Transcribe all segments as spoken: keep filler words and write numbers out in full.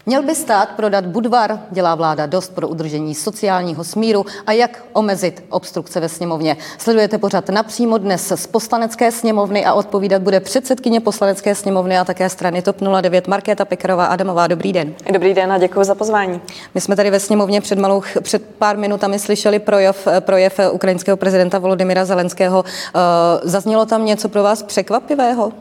Měl by stát prodat Budvar, dělá vláda dost pro udržení sociálního smíru a jak omezit obstrukce ve sněmovně. Sledujete pořad Napřímo dnes z Poslanecké sněmovny a odpovídat bude předsedkyně Poslanecké sněmovny a také strany TOP nula devět Markéta Pekarová Adamová. Dobrý den. Dobrý den a děkuji za pozvání. My jsme tady ve sněmovně před malou, před pár minutami slyšeli projev, projev ukrajinského prezidenta Volodymyra Zelenského. Zaznělo tam něco pro vás překvapivého?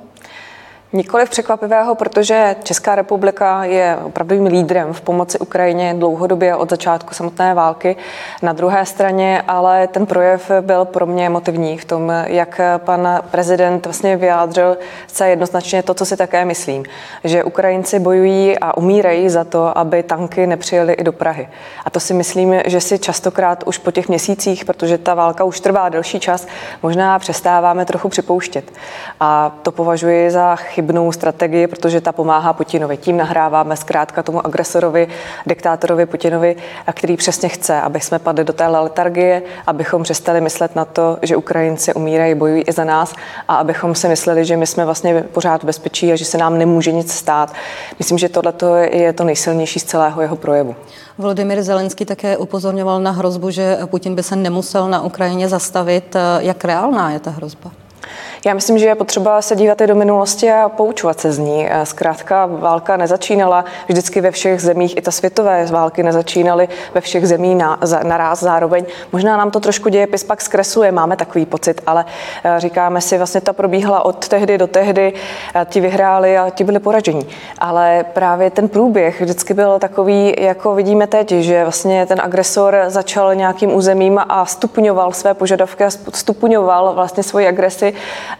Nikoliv překvapivého, protože Česká republika je opravdovým lídrem v pomoci Ukrajině dlouhodobě od začátku samotné války. Na druhé straně ale ten projev byl pro mě emotivní v tom, jak pan prezident vlastně vyjádřil zcela jednoznačně to, co si také myslím, že Ukrajinci bojují a umírají za to, aby tanky nepřijeli i do Prahy. A to si myslím, že si častokrát už po těch měsících, protože ta válka už trvá delší čas, možná přestáváme trochu připouštět. A to považuji za chybnou strategii, protože ta pomáhá Putinovi. Tím nahráváme zkrátka tomu agresorovi, diktátorovi Putinovi, a který přesně chce, aby jsme padli do té letargie, abychom přestali myslet na to, že Ukrajinci umírají, bojují i za nás a abychom si mysleli, že my jsme vlastně pořád v bezpečí a že se nám nemůže nic stát. Myslím, že tohle je to nejsilnější z celého jeho projevu. Volodymyr Zelenský také upozorňoval na hrozbu, že Putin by se nemusel na Ukrajině zastavit. Jak reálná je ta hrozba? Já myslím, že je potřeba se dívat i do minulosti a poučovat se z ní. Zkrátka válka nezačínala vždycky ve všech zemích, i ta světové války nezačínaly ve všech zemích na, naráz zároveň. Možná nám to trošku dějepis pak zkresluje, máme takový pocit, ale říkáme si, vlastně ta probíhala od tehdy do tehdy, ti vyhráli a ti byli poražení. Ale právě ten průběh vždycky byl takový, jako vidíme teď, že vlastně ten agresor začal nějakým územím a stupňoval své požadavky a stupňoval vlastně svoji agresi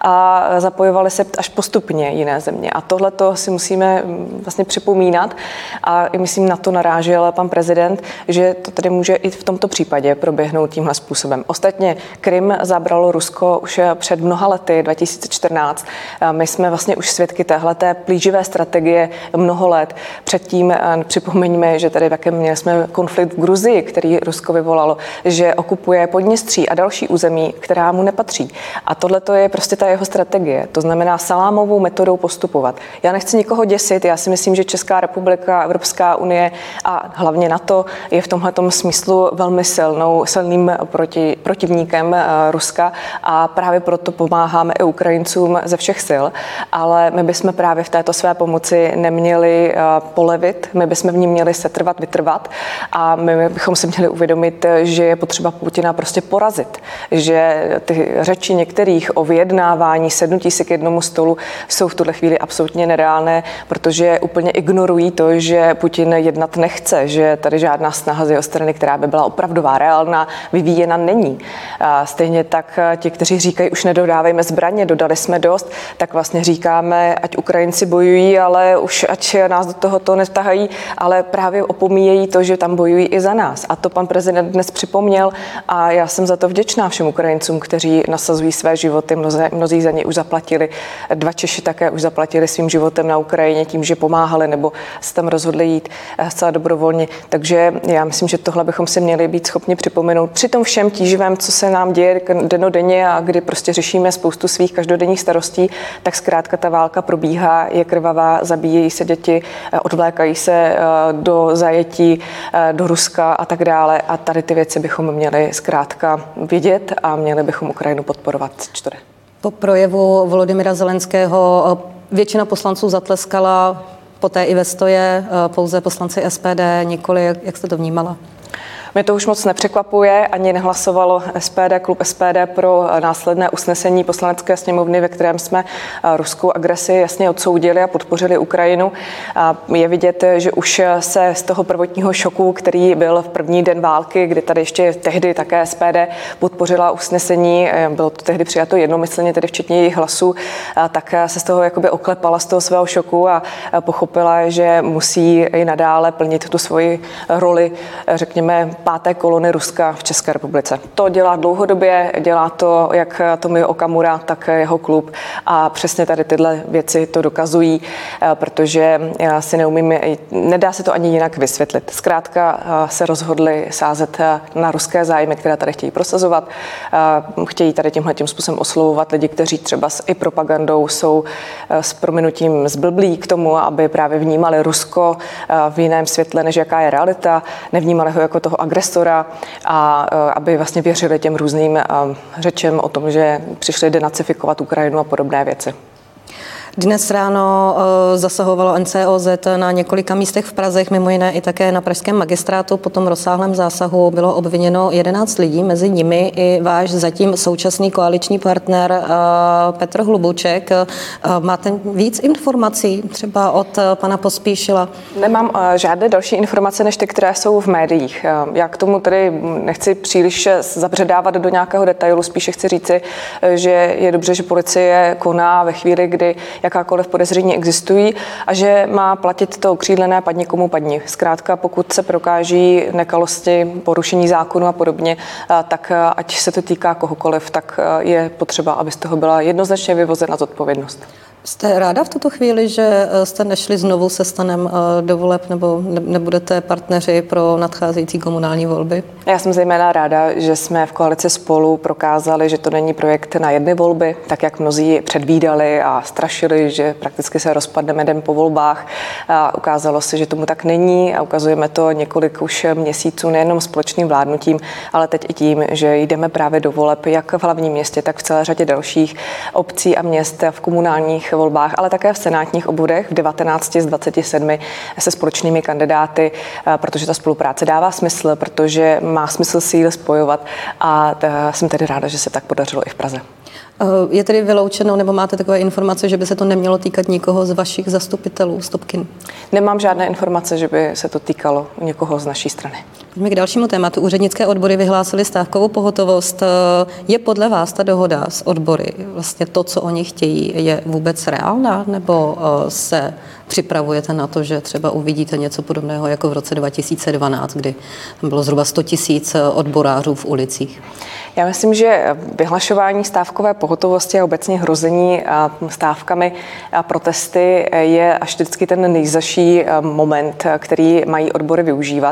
a zapojovaly se až postupně jiné země. A tohle to si musíme vlastně připomínat a myslím, na to narážel pan prezident, že to tedy může i v tomto případě proběhnout tímhle způsobem. Ostatně Krym zabralo Rusko už před mnoha lety, dva tisíce čtrnáct. My jsme vlastně už svědky téhleté plíživé strategie mnoho let. Předtím připomeňme, že tady také měli jsme konflikt v Gruzii, který Rusko vyvolalo, že okupuje Podněstří a další území, která mu nepatří. A tohle to je prostě ta jeho strategie. To znamená salámovou metodou postupovat. Já nechci nikoho děsit, já si myslím, že Česká republika, Evropská unie a hlavně NATO je v tomhletom smyslu velmi silnou, silným proti, protivníkem uh, Ruska a právě proto pomáháme i Ukrajincům ze všech sil, ale my bychom právě v této své pomoci neměli uh, polevit, my bychom v ní měli setrvat, vytrvat a my bychom si měli uvědomit, že je potřeba Putina prostě porazit, že ty řeči některých o vyjednávání, sednutí si k jednomu stolu jsou v tuhle chvíli absolutně nereálné, protože úplně ignorují to, že Putin jednat nechce, že tady žádná snaha z jeho strany, která by byla opravdová, reálná, vyvíjena není. A stejně tak ti, kteří říkají, už nedodávejme zbraně, dodali jsme dost, tak vlastně říkáme, ať Ukrajinci bojují, ale už ať nás do tohoto nevtahají, ale právě opomíjejí to, že tam bojují i za nás. A to pan prezident dnes připomněl a já jsem za to vděčná všem Ukrajincům, kteří nasazují své životy. Mnozí, mnozí za ně už zaplatili. Dva Češi také už zaplatili svým životem na Ukrajině tím, že pomáhali nebo se tam rozhodli jít zcela dobrovolně. Takže já myslím, že tohle bychom si měli být schopni připomenout při tom všem tíživém, co se nám děje dennodenně a kdy prostě řešíme spoustu svých každodenních starostí, tak zkrátka ta válka probíhá, je krvavá, zabíjejí se děti, odvlékají se do zajetí, do Ruska a tak dále. A tady ty věci bychom měli zkrátka vidět a měli bychom Ukrajinu podporovat. Čtyři. Po projevu Volodymyra Zelenského většina poslanců zatleskala, poté i ve stoje, pouze poslanci S P D nikoli. Jak, jak jste to vnímala? Mě to už moc nepřekvapuje, ani nehlasovalo S P D, klub S P D pro následné usnesení Poslanecké sněmovny, ve kterém jsme ruskou agresi jasně odsoudili a podpořili Ukrajinu. Je vidět, že už se z toho prvotního šoku, který byl v první den války, kdy tady ještě tehdy také S P D podpořila usnesení, bylo to tehdy přijato jednomyslně, tedy včetně jejich hlasů, tak se z toho jakoby oklepala z toho svého šoku a pochopila, že musí i nadále plnit tu svoji roli, řekněme, páté kolony Ruska v České republice. To dělá dlouhodobě, dělá to jak Tomio Okamura, tak jeho klub a přesně tady tyhle věci to dokazují, protože já si neumím, nedá se to ani jinak vysvětlit. Zkrátka se rozhodli sázet na ruské zájmy, které tady chtějí prosazovat. Chtějí tady tímhletím způsobem oslovovat lidi, kteří třeba s i propagandou jsou s prominutím zblblí k tomu, aby právě vnímali Rusko v jiném světle, než jaká je realita, nevnímali ho jako toho agresora a aby vlastně věřili těm různým řečem o tom, že přišli denacifikovat Ukrajinu a podobné věci. Dnes ráno zasahovalo N C O Z na několika místech v Praze, mimo jiné i také na pražském magistrátu. Po tom rozsáhlém zásahu bylo obviněno jedenáct lidí, mezi nimi i váš zatím současný koaliční partner Petr Hlubuček. Máte víc informací třeba od pana Pospíšila? Nemám žádné další informace, než ty, které jsou v médiích. Já k tomu tedy nechci příliš zabředávat do nějakého detailu, spíše chci říci, že je dobře, že policie koná ve chvíli, kdy jakákoliv podezření existují a že má platit to křídlené padni komu padni. Zkrátka, pokud se prokáží nekalosti, porušení zákonu a podobně, tak ať se to týká kohokoliv, tak je potřeba, aby z toho byla jednoznačně vyvozena zodpovědnost. Jste ráda v tuto chvíli, že jste nešli znovu se STANem do voleb nebo nebudete partneři pro nadcházející komunální volby? Já jsem zejména ráda, že jsme v koalici Spolu prokázali, že to není projekt na jedny volby, tak jak mnozí předvídali a strašili, že prakticky se rozpadneme den po volbách. A ukázalo se, že tomu tak není a ukazujeme to několik už měsíců nejenom společným vládnutím, ale teď i tím, že jdeme právě do voleb jak v hlavním městě, tak v celé řadě dalších obcí a měst v komunálních volbách, ale také v senátních obvodech v devatenácti z dvaceti sedmi se společnými kandidáty, protože ta spolupráce dává smysl, protože má smysl síly spojovat a jsem tedy ráda, že se tak podařilo i v Praze. Je tedy vyloučeno, nebo máte takové informace, že by se to nemělo týkat nikoho z vašich zastupitelů Stopkin? Nemám žádné informace, že by se to týkalo někoho z naší strany. Pojďme k dalšímu tématu. Úřednické odbory vyhlásily stávkovou pohotovost. Je podle vás ta dohoda s odbory, vlastně to, co oni chtějí, je vůbec reálná, nebo se připravujete na to, že třeba uvidíte něco podobného jako v roce dva tisíce dvanáct, kdy tam bylo zhruba sto tisíc odborářů v ulicích? Já myslím, že vyhlašování stávkové pohotovosti a obecně hrození stávkami a protesty je až vždycky ten nejzazší moment, který mají odbory využívat.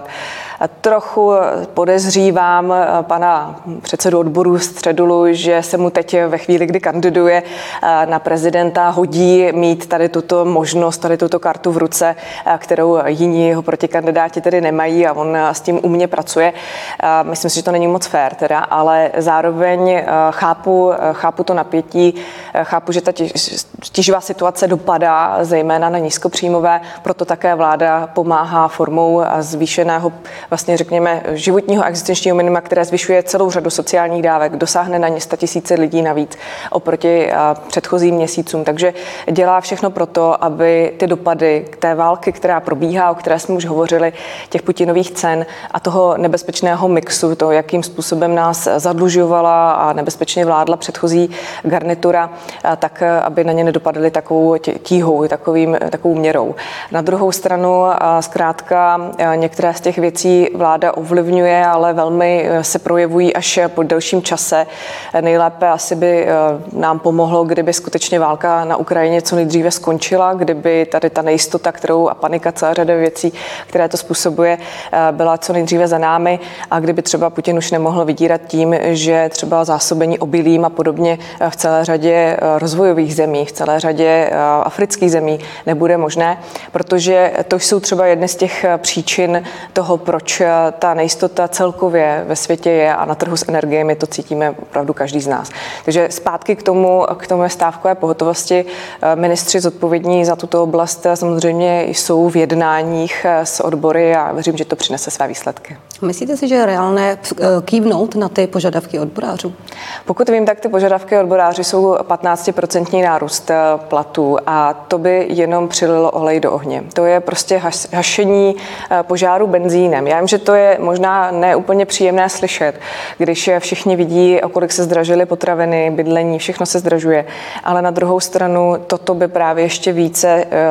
Trochu podezřívám pana předsedu odboru Středulu, že se mu teď ve chvíli, kdy kandiduje na prezidenta, hodí mít tady tuto možnost, tady tuto kartu v ruce, kterou jiní jeho protikandidáti tedy nemají a on s tím umně pracuje. Myslím si, že to není moc fér teda, ale zároveň chápu, chápu to napětí, chápu, že ta tíživá situace dopadá zejména na nízkopříjmové, proto také vláda pomáhá formou zvýšeného vlastně řekněme životního a existenčního minima, které zvyšuje celou řadu sociálních dávek, dosáhne na ně sta tisíce lidí navíc oproti předchozím měsícům. Takže dělá všechno pro to, aby ty dopady té války, která probíhá, o které jsme už hovořili, těch Putinových cen a toho nebezpečného mixu, to, jakým způsobem nás zadlužovala a nebezpečně vládla předchozí garnitura, tak aby na ně nedopadaly takovou tíhou, takovým, takovou měrou. Na druhou stranu zkrátka některé z těch věcí vláda ovlivňuje, ale velmi se projevují až po delším čase. Nejlépe asi by nám pomohlo, kdyby skutečně válka na Ukrajině co nejdříve skončila, kdyby tady ta nejistota, kterou a panika, celá řada věcí, které to způsobuje, byla co nejdříve za námi a kdyby třeba Putin už nemohl vydírat tím, že třeba zásobení obilím a podobně v celé řadě rozvojových zemí, v celé řadě afrických zemí nebude možné, protože to jsou třeba jedny z těch příčin toho, proč ta nejistota celkově ve světě je a na trhu s energiemi to cítíme opravdu každý z nás. Takže zpátky k tomu, k tomu stávkové pohotovosti. Ministři zodpovědní za tuto oblast samozřejmě jsou v jednáních s odbory a věřím, že to přinese své výsledky. Myslíte si, že je reálné kývnout na ty požadavky odborářů? Pokud vím, tak ty požadavky odborářů jsou patnáctiprocentní nárůst platů a to by jenom přililo olej do ohně. To je prostě hašení požáru benzínem. Já vím, že to je možná neúplně příjemné slyšet, když všichni vidí, o kolik se zdražily potraviny, bydlení, všechno se zdražuje. Ale na druhou stranu toto by právě ještě více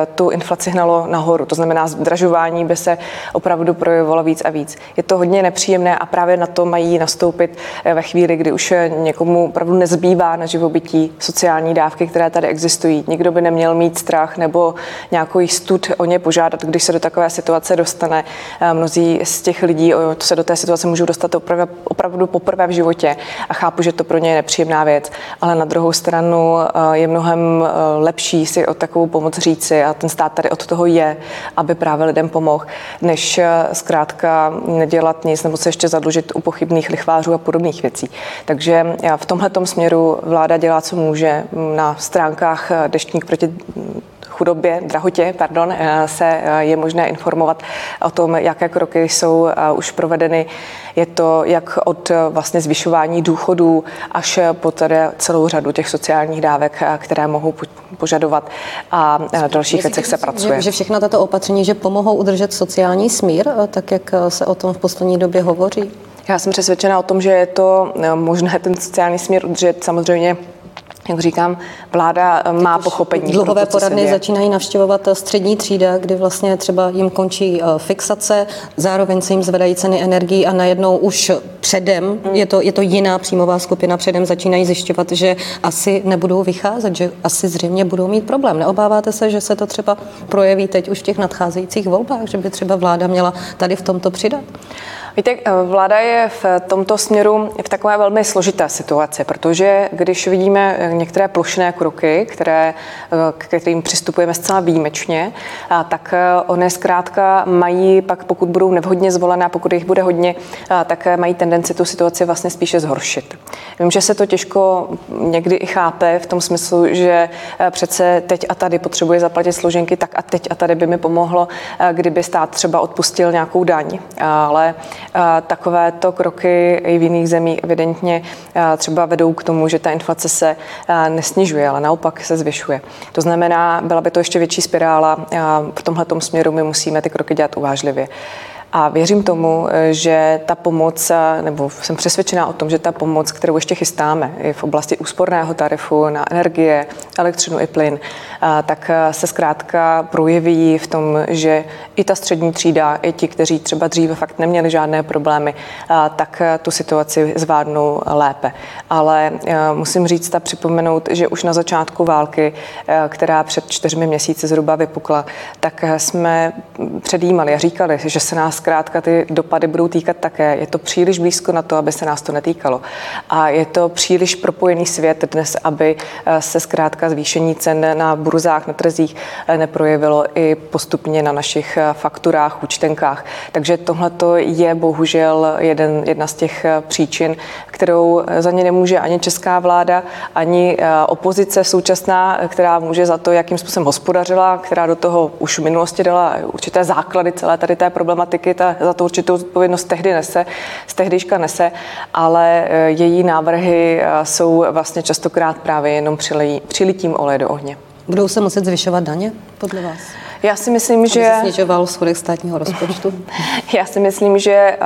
tu inflaci hnalo nahoru. To znamená, zdražování by se opravdu projevovalo víc a víc. Je to hodně nepříjemné a právě na to mají nastoupit ve chvíli, kdy už někomu opravdu nezbývá na živobytí sociální dávky, které tady existují. Nikdo by neměl mít strach nebo nějaký stud o ně požádat, když se do takové situace dostane. Mnozí z těch lidí se do té situace můžou dostat opravdu, opravdu poprvé v životě a chápu, že to pro ně je nepříjemná věc, ale na druhou stranu je mnohem lepší si o takovou pomoc říci a ten stát tady od toho je, aby právě lidem pomohl, než zkrátka nedělat nic nebo se ještě zadlužit u pochybných lichvářů a podobných věcí. Takže v tomhletom směru vláda dělá, co může. Na stránkách Deštník proti chudobě, drahotě, pardon, se je možné informovat o tom, jaké kroky jsou už provedeny. Je to jak od vlastně zvyšování důchodů až po tady celou řadu těch sociálních dávek, které mohou požadovat a dalších věcech se pracuje. Že, že všechna tato opatření, že pomohou udržet sociální smír, tak jak se o tom v poslední době hovoří? Já jsem přesvědčena o tom, že je to možné ten sociální smír udržet. Samozřejmě, jak říkám, vláda má pochopení. Dluhové pro to, poradny začínají navštěvovat střední třída, kdy vlastně třeba jim končí fixace, zároveň se jim zvedají ceny energií a najednou už předem, hmm. je to, je to jiná příjmová skupina, předem začínají zjišťovat, že asi nebudou vycházet, že asi zřejmě budou mít problém. Neobáváte se, že se to třeba projeví teď už v těch nadcházejících volbách, že by třeba vláda měla tady v tomto přidat? Víte, vláda je v tomto směru v takové velmi složité situaci, protože když vidíme některé plošné kroky, které, k kterým přistupujeme zcela výjimečně, tak one zkrátka mají pak, pokud budou nevhodně zvolené a pokud jich bude hodně, tak mají tendenci tu situaci vlastně spíše zhoršit. Vím, že se to těžko někdy i chápe v tom smyslu, že přece teď a tady potřebuje zaplatit složenky, tak a teď a tady by mi pomohlo, kdyby stát třeba odpustil nějakou daň, ale takovéto kroky i v jiných zemích evidentně třeba vedou k tomu, že ta inflace se nesnižuje, ale naopak se zvyšuje. To znamená, byla by to ještě větší spirála. V tomhletom směru my musíme ty kroky dělat uvážlivě. A věřím tomu, že ta pomoc, nebo jsem přesvědčená o tom, že ta pomoc, kterou ještě chystáme i v oblasti úsporného tarifu na energie, elektřinu i plyn, tak se zkrátka projeví v tom, že i ta střední třída, i ti, kteří třeba dříve fakt neměli žádné problémy, tak tu situaci zvládnou lépe. Ale musím říct a připomenout, že už na začátku války, která před čtyřmi měsíci zhruba vypukla, tak jsme předjímali a říkali, že se nás zkrátka ty dopady budou týkat také. Je to příliš blízko na to, aby se nás to netýkalo. A je to příliš propojený svět dnes, aby se zkrátka zvýšení cen na burzách, na trzích neprojevilo i postupně na našich fakturách, účtenkách. Takže tohleto je bohužel jeden, jedna z těch příčin, kterou za ně nemůže ani česká vláda, ani opozice současná, která může za to, jakým způsobem hospodařila, která do toho už v minulosti dala určité základy celé tady té problematiky, ta za to určitou odpovědnost tehdy nese, z tehdejška nese, ale její návrhy jsou vlastně častokrát právě jenom přilejí, přilitím oleje do ohně. Budou se muset zvyšovat daně podle vás? Já si myslím, aby že... se snižoval schodek státního rozpočtu? Já si myslím, že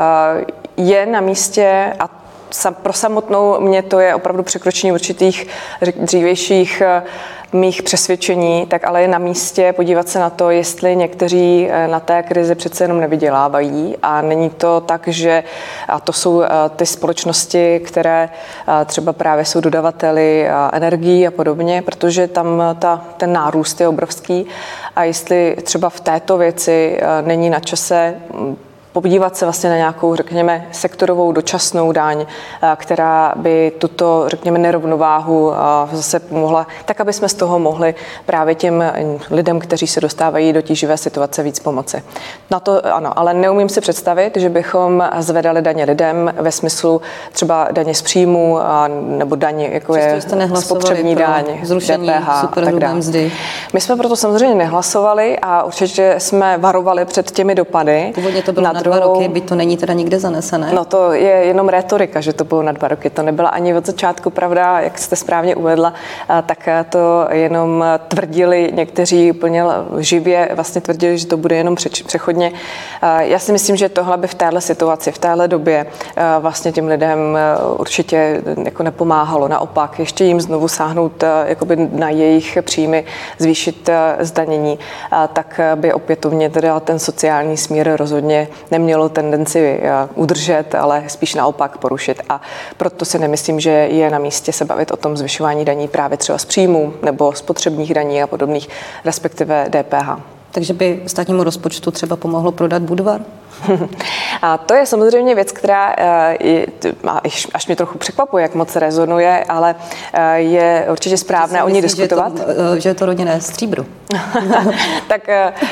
je na místě a pro samotnou mě to je opravdu překročení určitých dřívějších mých přesvědčení, tak ale je na místě podívat se na to, jestli někteří na té krizi přece jenom nevydělávají a není to tak, že a to jsou ty společnosti, které třeba právě jsou dodavateli energií a podobně, protože tam ta, ten nárůst je obrovský a jestli třeba v této věci není na čase podívat se vlastně na nějakou, řekněme, sektorovou dočasnou daň, která by tuto, řekněme, nerovnováhu zase pomohla, tak aby jsme z toho mohli právě těm lidem, kteří se dostávají do tíživé situace, víc pomoci. Na to ano, ale neumím si představit, že bychom zvedali daně lidem ve smyslu třeba daně z příjmu nebo daně, jako je spotřební daň, zrušení D P H a tak dále. Mzdy. My jsme proto samozřejmě nehlasovali a určitě jsme varovali před těmi dopady. Původně to bylo na na dva roky, byť to není teda nikde zanesené. No to je jenom rétorika, že to bylo na dva roky. To nebyla ani od začátku pravda, jak jste správně uvedla, tak to jenom tvrdili někteří úplně živě, vlastně tvrdili, že to bude jenom přechodně. Já si myslím, že tohle by v téhle situaci, v téhle době vlastně těm lidem určitě jako nepomáhalo. Naopak, ještě jim znovu sáhnout jakoby na jejich příjmy, zvýšit zdanění, tak by opětovně teda ten sociální smír rozhodně nemělo tendenci udržet, ale spíš naopak porušit. A proto si nemyslím, že je na místě se bavit o tom zvyšování daní právě třeba z příjmů nebo spotřebních daní a podobných, respektive D P H. Takže by státnímu rozpočtu třeba pomohlo prodat Budvar? A to je samozřejmě věc, která je, až mě trochu překvapuje, jak moc rezonuje, ale je určitě správné o ní diskutovat. Že je to, že je to rodinné stříbro. Tak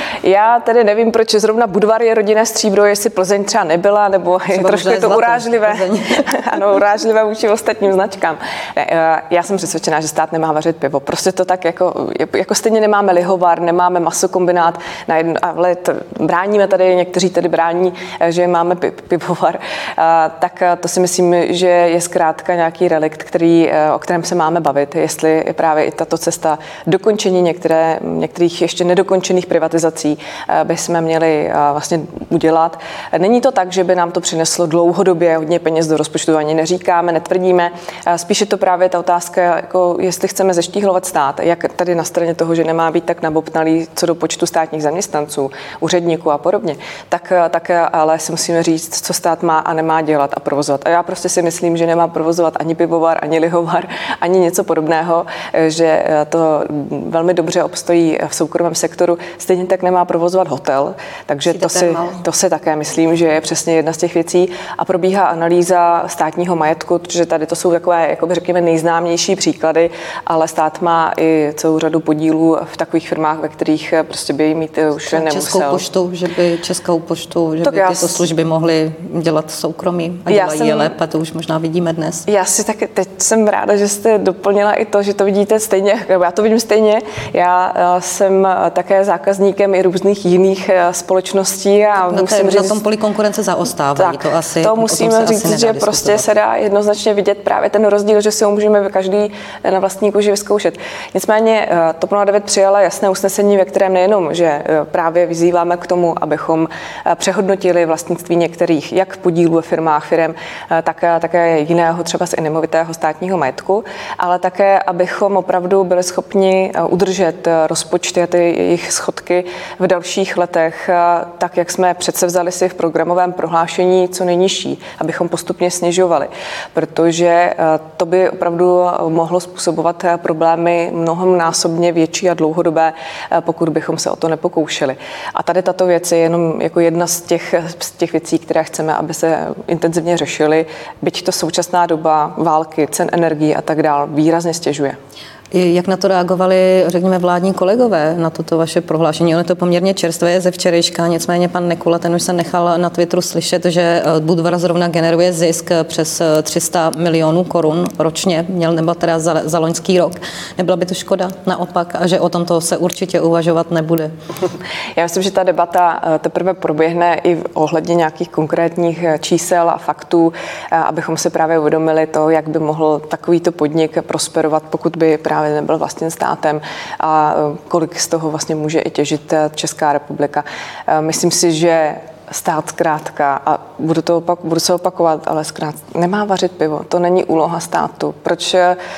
já tedy nevím, proč zrovna Budvar je rodinné stříbro, jestli Plzeň třeba nebyla, nebo je trošku je to urážlivé. Ano, urážlivé vůči ostatním značkám. Ne, já jsem přesvědčená, že stát nemá vařit pivo. Prostě to tak jako, jako stejně nemáme lihovar, nemáme masokombinát, na jedno, ale bráníme tady, někteří tady brání, že máme pivovar, tak to si myslím, že je zkrátka nějaký relikt, který, o kterém se máme bavit, jestli je právě i tato cesta dokončení některé, některých ještě nedokončených privatizací bychom měli vlastně udělat. Není to tak, že by nám to přineslo dlouhodobě hodně peněz do rozpočtu, ani neříkáme, netvrdíme. Spíš je to právě ta otázka, jako jestli chceme zeštíhlovat stát, jak tady na straně toho, že nemá být tak nabobtnalý co do počtu státních zaměstnanců, úředníků a podobně, tak tak ale si musíme říct, co stát má a nemá dělat a provozovat. A já prostě si myslím, že nemá provozovat ani pivovar, ani lihovar, ani něco podobného, že to velmi dobře obstojí v soukromém sektoru. Stejně tak nemá provozovat hotel, takže to si, to si také myslím, že je přesně jedna z těch věcí. A probíhá analýza státního majetku, protože tady to jsou takové, jakoby řekněme, nejznámější příklady, ale stát má i celou řadu podílů v takových firmách, ve kterých prostě by mít už nemusel. Českou poštu, že by Českou poštu, že tak by tyto služby mohly dělat soukromí a dělají jsem, je lépe, to už možná vidíme dnes. Já si taky teď jsem ráda, že jste doplnila i to, že to vidíte stejně, nebo já to vidím stejně. Já jsem také zákazníkem i různých jiných společností a no musím to říct, na tom poli konkurence zaostávají. Tak, to asi to musíme říct, že prostě se dá jednoznačně vidět právě ten rozdíl, že si ho můžeme každý na vlastní kůži vyzkoušet. Nicméně T O P nula devět přijala jasné usnesení, ve kterém nejenom, že právě vyzýváme k tomu, abychom přehodnotili vlastnictví některých, jak podílů ve firmách, firem, tak také jiného, třeba z nemovitého státního majetku, ale také, abychom opravdu byli schopni udržet rozpočty a ty jejich schodky v dalších letech, tak, jak jsme předsevzali si v programovém prohlášení co nejnižší, abychom postupně snižovali, protože to by opravdu mohlo způsobovat problémy mnohonásobně větší a dlouhodobé, pokud bychom se o to nepokoušeli. A tady tato věc je jenom jako jedna z těch, z těch věcí, které chceme, aby se intenzivně řešily, byť to současná doba války, cen energií a tak dál výrazně stěžuje. Jak na to reagovali, řekněme, vládní kolegové na toto vaše prohlášení? Ono je to poměrně čerstvé ze včerejška, nicméně pan Nekula, ten už se nechal na Twitteru slyšet, že Budvar zrovna generuje zisk přes tři sta milionů korun ročně, měl nebo teda za, za loňský rok. Nebyla by to škoda naopak a že o tomto se určitě uvažovat nebude? Já myslím, že ta debata teprve proběhne i ohledně nějakých konkrétních čísel a faktů, abychom si právě uvědomili to, jak by mohl takovýto podnik prosperovat, pokud by právě nebyl vlastněn státem a kolik z toho vlastně může i těžit Česká republika. Myslím si, že stát zkrátka, a budu, to opak, budu se opakovat, ale zkrátka nemá vařit pivo. To není úloha státu. Proč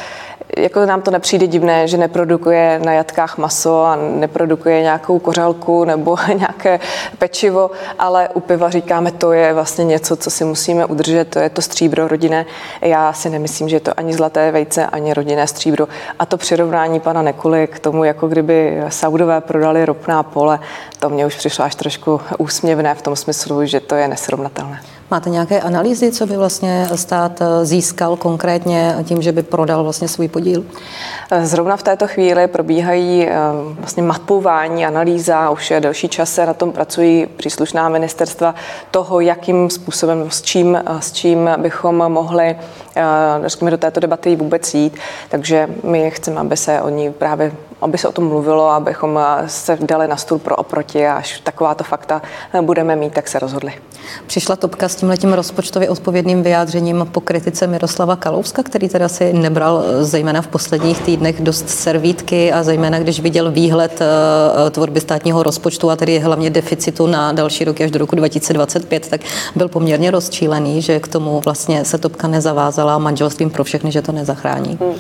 jako nám to nepřijde divné, že neprodukuje na jatkách maso a neprodukuje nějakou kořalku nebo nějaké pečivo, ale u piva říkáme, to je vlastně něco, co si musíme udržet, to je to stříbro rodinné. Já si nemyslím, že je to ani zlaté vejce, ani rodinné stříbro. A to přirovnání pana Nekuly k tomu, jako kdyby Saudové prodali ropná pole, to mě už přišlo až trošku úsměvné v tom smyslu, že to je nesrovnatelné. Máte nějaké analýzy, co by vlastně stát získal konkrétně tím, že by prodal vlastně svůj podíl? Zrovna v této chvíli probíhají vlastně mapování, analýza, už delší čas se na tom pracují příslušná ministerstva toho, jakým způsobem, s čím, s čím bychom mohli řekněme, do této debaty vůbec jít. Takže my chceme, aby se o ní právě aby se o tom mluvilo, abychom se dali na stůl pro oproti a až takováto fakta budeme mít, tak se rozhodli. Přišla topka s tímhletím rozpočtově odpovědným vyjádřením po kritice Miroslava Kalouska, který teda si nebral zejména v posledních týdnech dost servítky a zejména když viděl výhled tvorby státního rozpočtu a tedy hlavně deficitu na další roky až do roku dva tisíce dvacet pět, tak byl poměrně rozčílený, že k tomu vlastně se topka nezavázala manželstvím pro všechny, že to nezachrání. Hmm.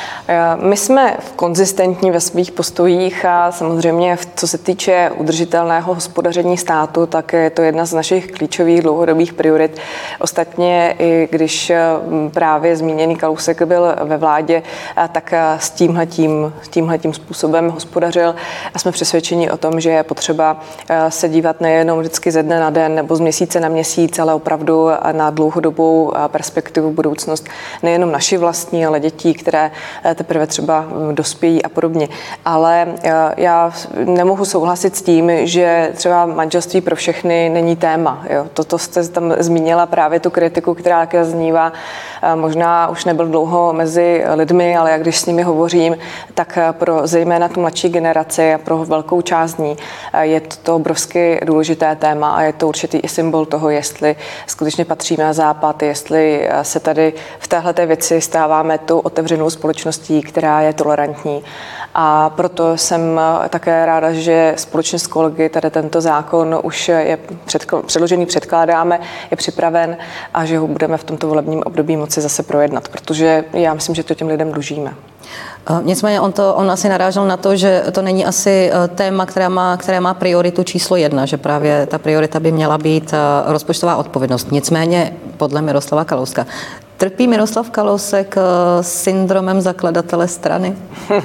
My jsme konzistentní ve svých postojích a samozřejmě, co se týče udržitelného hospodaření státu, tak je to jedna z našich klíčových dlouhodobých priorit. Ostatně, i když právě zmíněný Kalousek byl ve vládě, tak s tímhletím, s tímhletím způsobem hospodařil a jsme přesvědčeni o tom, že je potřeba se dívat nejenom vždycky ze dne na den nebo z měsíce na měsíc, ale opravdu na dlouhodobou perspektivu, budoucnost nejenom naši vlastní, ale dětí, které teprve třeba dospějí a podobně. Ale já nemohu souhlasit s tím, že třeba manželství pro všechny není téma. Jo. Toto jste tam zmínila právě tu kritiku, která také zaznívá. Možná už nebyl dlouho mezi lidmi, ale jak když s nimi hovořím, tak pro zejména tu mladší generaci a pro velkou část ní je to obrovsky důležité téma a je to určitý i symbol toho, jestli skutečně patříme na západ, jestli se tady v téhleté věci stáváme tu otevřenou společností, která je tolerantní. A proto jsem také ráda, že společně s kolegy tady tento zákon už je předložený, předkládáme, je připraven a že ho budeme v tomto volebním období moci zase projednat, protože já myslím, že to těm lidem dlužíme. Nicméně on, to, on asi narážel na to, že to není asi téma, která má, které má prioritu číslo jedna, že právě ta priorita by měla být rozpočtová odpovědnost. Nicméně podle Miroslava Kalouska trpí Miroslav Kalousek syndromem zakladatele strany?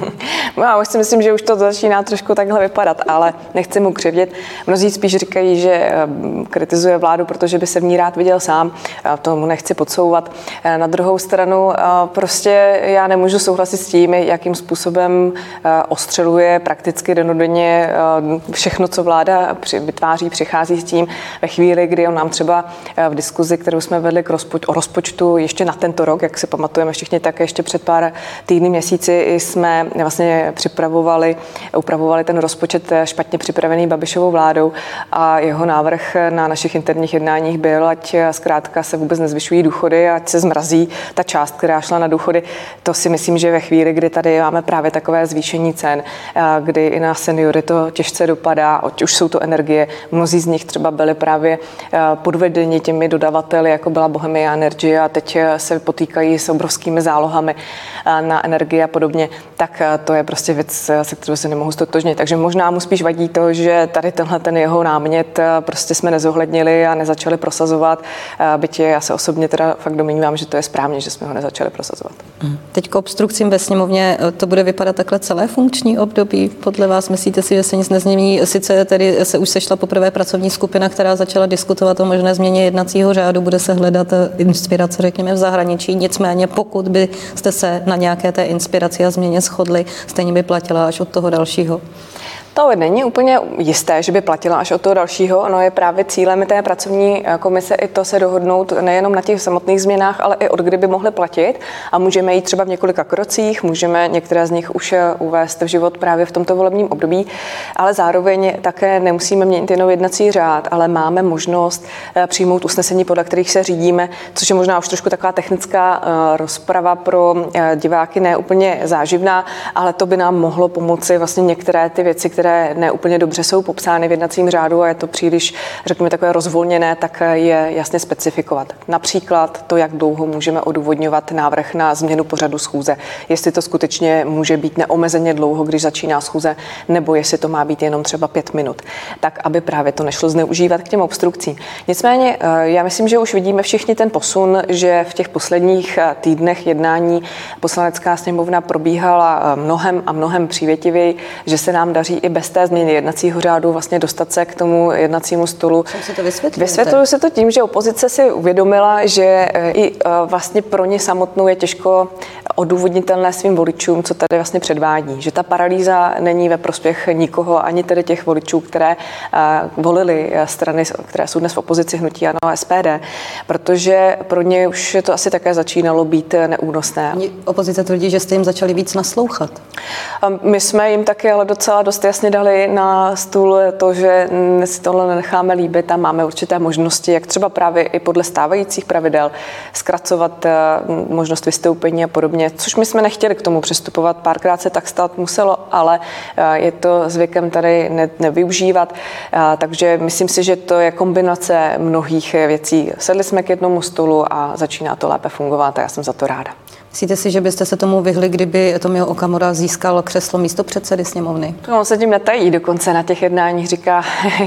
Já už si myslím, že už to začíná trošku takhle vypadat, ale nechci mu křivdit. Mnozí spíš říkají, že kritizuje vládu, protože by se v ní rád viděl sám. Tomu nechci podsouvat. Na druhou stranu prostě já nemůžu souhlasit s tím, jakým způsobem ostřeluje prakticky dennodenně všechno, co vláda vytváří, přichází s tím ve chvíli, kdy on nám třeba v diskuzi, kterou jsme vedli k rozpoč- o rozpočtu ještě na tento rok, jak si pamatujeme všichni, tak ještě před pár týdny, měsíci jsme vlastně připravovali, upravovali ten rozpočet špatně připravený Babišovou vládou a jeho návrh na našich interních jednáních byl, ať zkrátka se vůbec nezvyšují důchody, ať se zmrazí ta část, která šla na důchody. To si myslím, že ve chvíli, kdy tady máme právě takové zvýšení cen, kdy i na seniory to těžce dopadá, ať už jsou to energie, mnozí z nich třeba byli právě podvedeni těmi dodavateli, jako byla Bohemia Energy a teď se potýkají s obrovskými zálohami na energie a podobně, tak to je prostě věc, se kterou se nemohu ztotožnit. Takže možná mu spíš vadí to, že tady tenhle ten jeho námět prostě jsme nezohlednili a nezačali prosazovat. Byť já se osobně teda fakt domnívám, že to je správně, že jsme ho nezačali prosazovat. Teď k obstrukcím ve sněmovně to bude vypadat takhle celé funkční období. Podle vás myslíte si, že se nic nezmění? Sice tedy se už sešla poprvé pracovní skupina, která začala diskutovat o možné změně jednacího řádu, bude se hledat inspirace, řekněme, v zahraničí. Nicméně, pokud byste se na nějaké té inspiraci a změně shodli, stejně by platila až od toho dalšího. To není úplně jisté, že by platila až od toho dalšího. Ono je právě cílem té pracovní komise i to se dohodnout nejenom na těch samotných změnách, ale i od kdy by mohly platit. A můžeme jít třeba v několika krocích, můžeme některé z nich už uvést v život právě v tomto volebním období, ale zároveň také nemusíme měnit jenom jednací řád, ale máme možnost přijmout usnesení, podle kterých se řídíme, což je možná už trošku taková technická rozprava pro diváky, ne úplně záživná, ale to by nám mohlo pomoci vlastně některé ty věci, které neúplně dobře jsou popsány v jednacím řádu a je to příliš, řekněme, takové rozvolněné, tak je jasně specifikovat. Například to, jak dlouho můžeme odůvodňovat návrh na změnu pořadu schůze. Jestli to skutečně může být neomezeně dlouho, když začíná schůze, nebo jestli to má být jenom třeba pět minut. Tak, aby právě to nešlo zneužívat k těm obstrukcím. Nicméně, já myslím, že už vidíme všichni ten posun, že v těch posledních týdnech jednání Poslanecká sněmovna probíhala mnohem a mnohem přívětivěji, že se nám daří i bez té změny jednacího řádu vlastně dostat se k tomu jednacímu stolu. Čím si to vysvětlujete? Vysvětluju se to tím, že opozice si uvědomila, že i vlastně pro ně samotnou je těžko odůvodnitelné svým voličům, co tady vlastně předvádí. Že ta paralýza není ve prospěch nikoho, ani tedy těch voličů, které volili strany, které jsou dnes v opozici, hnutí ANO a S P D, protože pro ně už to asi také začínalo být neúnosné. Opozice tvrdí, že jste jim začali víc naslouchat. My jsme jim taky ale docela dost jasně dali na stůl to, že si tohle nenecháme líbit a máme určité možnosti, jak třeba právě i podle stávajících pravidel zkracovat možnost vystoupení a podobně, což my jsme nechtěli k tomu přistupovat. Párkrát se tak stát muselo, ale je to zvykem tady ne, nevyužívat. Takže myslím si, že to je kombinace mnohých věcí. Sedli jsme k jednomu stolu a začíná to lépe fungovat a já jsem za to ráda. Myslíte si, že byste se tomu vyhli, kdyby Tomio Okamura získal křeslo místopředsedy sněmovny? No, on se tím netají, dokonce na těch jednáních říká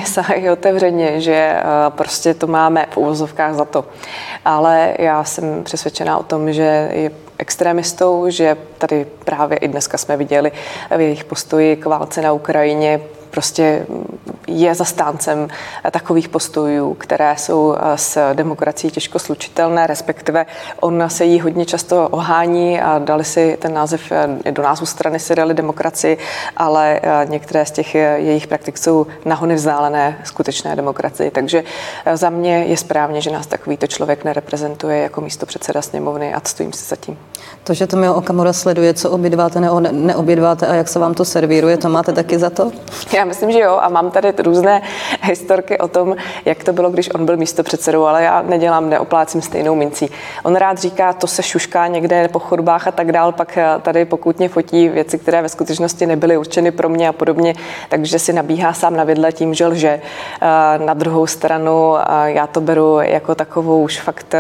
i otevřeně, že prostě to máme v uvozovkách za to. Ale já jsem přesvědčená o tom, že je extremistou, že tady právě i dneska jsme viděli v jejich postoji k válce na Ukrajině, prostě je zastáncem takových postojů, které jsou s demokracií těžko slučitelné, respektive on se jí hodně často ohání a dali si ten název, do názvu strany si dali demokracii, ale některé z těch jejich praktik jsou nahony vzdálené skutečné demokracii. Takže za mě je správně, že nás takovýto člověk nereprezentuje jako místopředseda sněmovny a stojím si za tím. To, že Tomio Okamura sleduje, co obědváte, ne, neobědváte a jak se vám to servíruje, to máte taky za to? Já myslím, že jo, a mám tady různé historky o tom, jak to bylo, když on byl místopředsedou, ale já nedělám, neoplácím stejnou mincí. On rád říká, to se šušká někde po chodbách a tak dál, pak tady pokutně fotí věci, které ve skutečnosti nebyly určeny pro mě a podobně, takže si nabíhá sám na vidle tím, že lže. Na druhou stranu já to beru jako takovou už fakt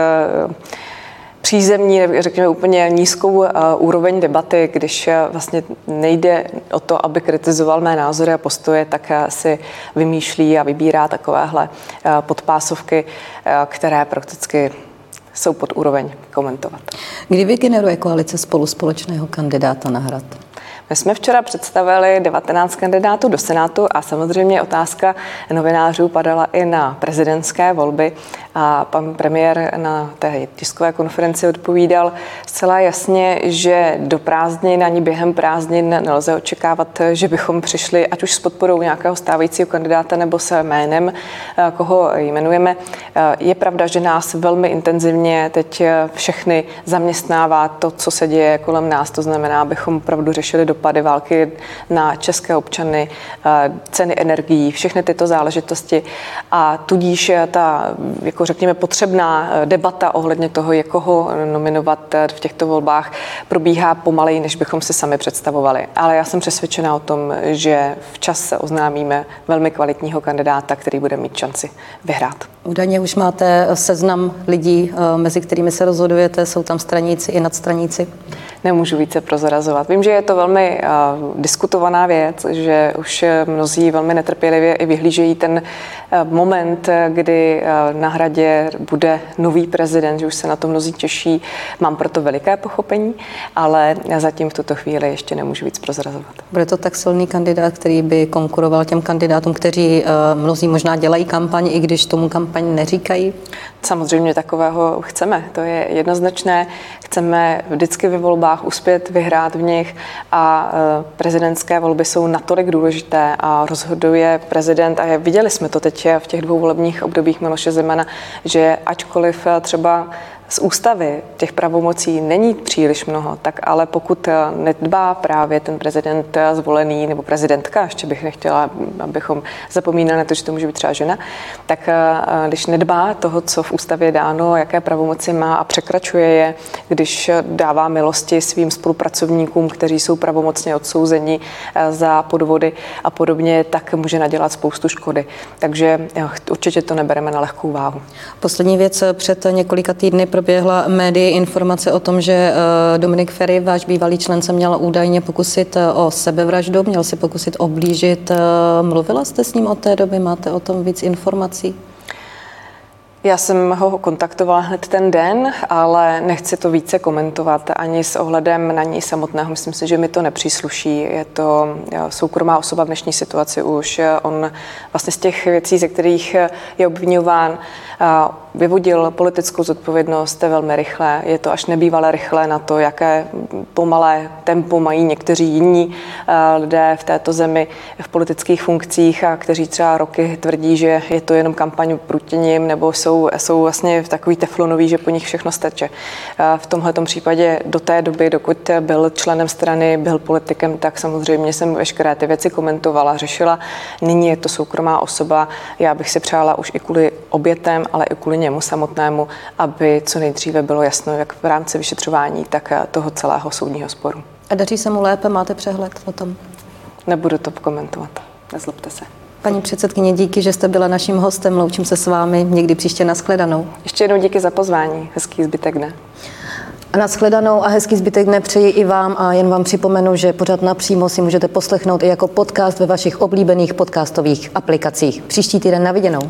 přízemní, řekněme úplně nízkou uh, úroveň debaty, když uh, vlastně nejde o to, aby kritizoval mé názory a postoje, tak uh, si vymýšlí a vybírá takovéhle uh, podpásovky, uh, které prakticky jsou pod úroveň komentovat. Kdy vygeneruje koalice Spolu společného kandidáta na Hrad? My jsme včera představili devatenáct kandidátů do Senátu a samozřejmě otázka novinářů padala i na prezidentské volby a pan premiér na té tiskové konferenci odpovídal zcela jasně, že do prázdnin ani během prázdnin nelze očekávat, že bychom přišli ať už s podporou nějakého stávajícího kandidáta nebo se jménem, koho jmenujeme. Je pravda, že nás velmi intenzivně teď všechny zaměstnává to, co se děje kolem nás, to znamená, abychom opravdu řešili dopady války na české občany, ceny energií, všechny tyto záležitosti a tudíž ta, jako řekněme, potřebná debata ohledně toho, jak koho nominovat v těchto volbách, probíhá pomaleji, než bychom si sami představovali. Ale já jsem přesvědčená o tom, že včas se oznámíme velmi kvalitního kandidáta, který bude mít šanci vyhrát. Údajně už máte seznam lidí, mezi kterými se rozhodujete, jsou tam straníci i nadstraníci? Nemůžu více prozrazovat. Vím, že je to velmi uh, diskutovaná věc, že už mnozí velmi netrpělivě i vyhlížejí ten uh, moment, kdy uh, na Hradě bude nový prezident, že už se na to mnozí těší. Mám proto veliké pochopení, ale zatím v tuto chvíli ještě nemůžu víc prozrazovat. Bude to tak silný kandidát, který by konkuroval těm kandidátům, kteří uh, mnozí možná dělají kampaň, i když tomu kampaň neříkají? Samozřejmě takového chceme, to je jednoznačné. Chceme vždycky ve volbách uspět, vyhrát v nich a prezidentské volby jsou natolik důležité a rozhoduje prezident a viděli jsme to teď v těch dvou volebních obdobích Miloše Zemana, že ačkoliv třeba z ústavy těch pravomocí není příliš mnoho, tak ale pokud nedbá právě ten prezident zvolený nebo prezidentka, ještě bych nechtěla, abychom zapomínali na to, že to může být třeba žena, tak když nedbá toho, co v ústavě je dáno, jaké pravomoci má a překračuje je, když dává milosti svým spolupracovníkům, kteří jsou pravomocně odsouzeni za podvody a podobně, tak může nadělat spoustu škody. Takže určitě to nebereme na lehkou váhu. Poslední věc, před několika týdny proběhla médii informace o tom, že Dominik Feri, váš bývalý člen, se měl údajně pokusit o sebevraždu, měl se pokusit oblížit. Mluvila jste s ním od té doby? Máte o tom víc informací? Já jsem ho kontaktovala hned ten den, ale nechci to více komentovat ani s ohledem na něj samotného. Myslím si, že mi to nepřísluší. Je to soukromá osoba v dnešní situaci už. On vlastně z těch věcí, ze kterých je obviňován, vyvodil politickou zodpovědnost velmi rychle. Je to až nebývalé rychle na to, jaké pomalé tempo mají někteří jiní lidé v této zemi v politických funkcích, a kteří třeba roky tvrdí, že je to jenom kampaň proti nim, nebo jsou, jsou vlastně takový teflonový, že po nich všechno steče. V tomhletom případě do té doby, dokud byl členem strany, byl politikem, tak samozřejmě jsem veškeré ty věci komentovala, řešila. Nyní je to soukromá osoba. Já bych si přála už i kvůli obětem, ale i kvůli němu samotnému, aby co nejdříve bylo jasno, jak v rámci vyšetřování, tak toho celého soudního sporu. A daří se mu lépe? Máte přehled o tom? Nebudu to komentovat. Nezlobte se. Paní předsedkyně, díky, že jste byla naším hostem. Loučím se s vámi někdy příště na shledanou. Ještě jednou díky za pozvání. Hezký zbytek dne. A na shledanou a hezký zbytek dne přeji i vám a jen vám připomenu, že pořad Napřímo si můžete poslechnout i jako podcast ve vašich oblíbených podcastových aplikacích. Příští týden na viděnou.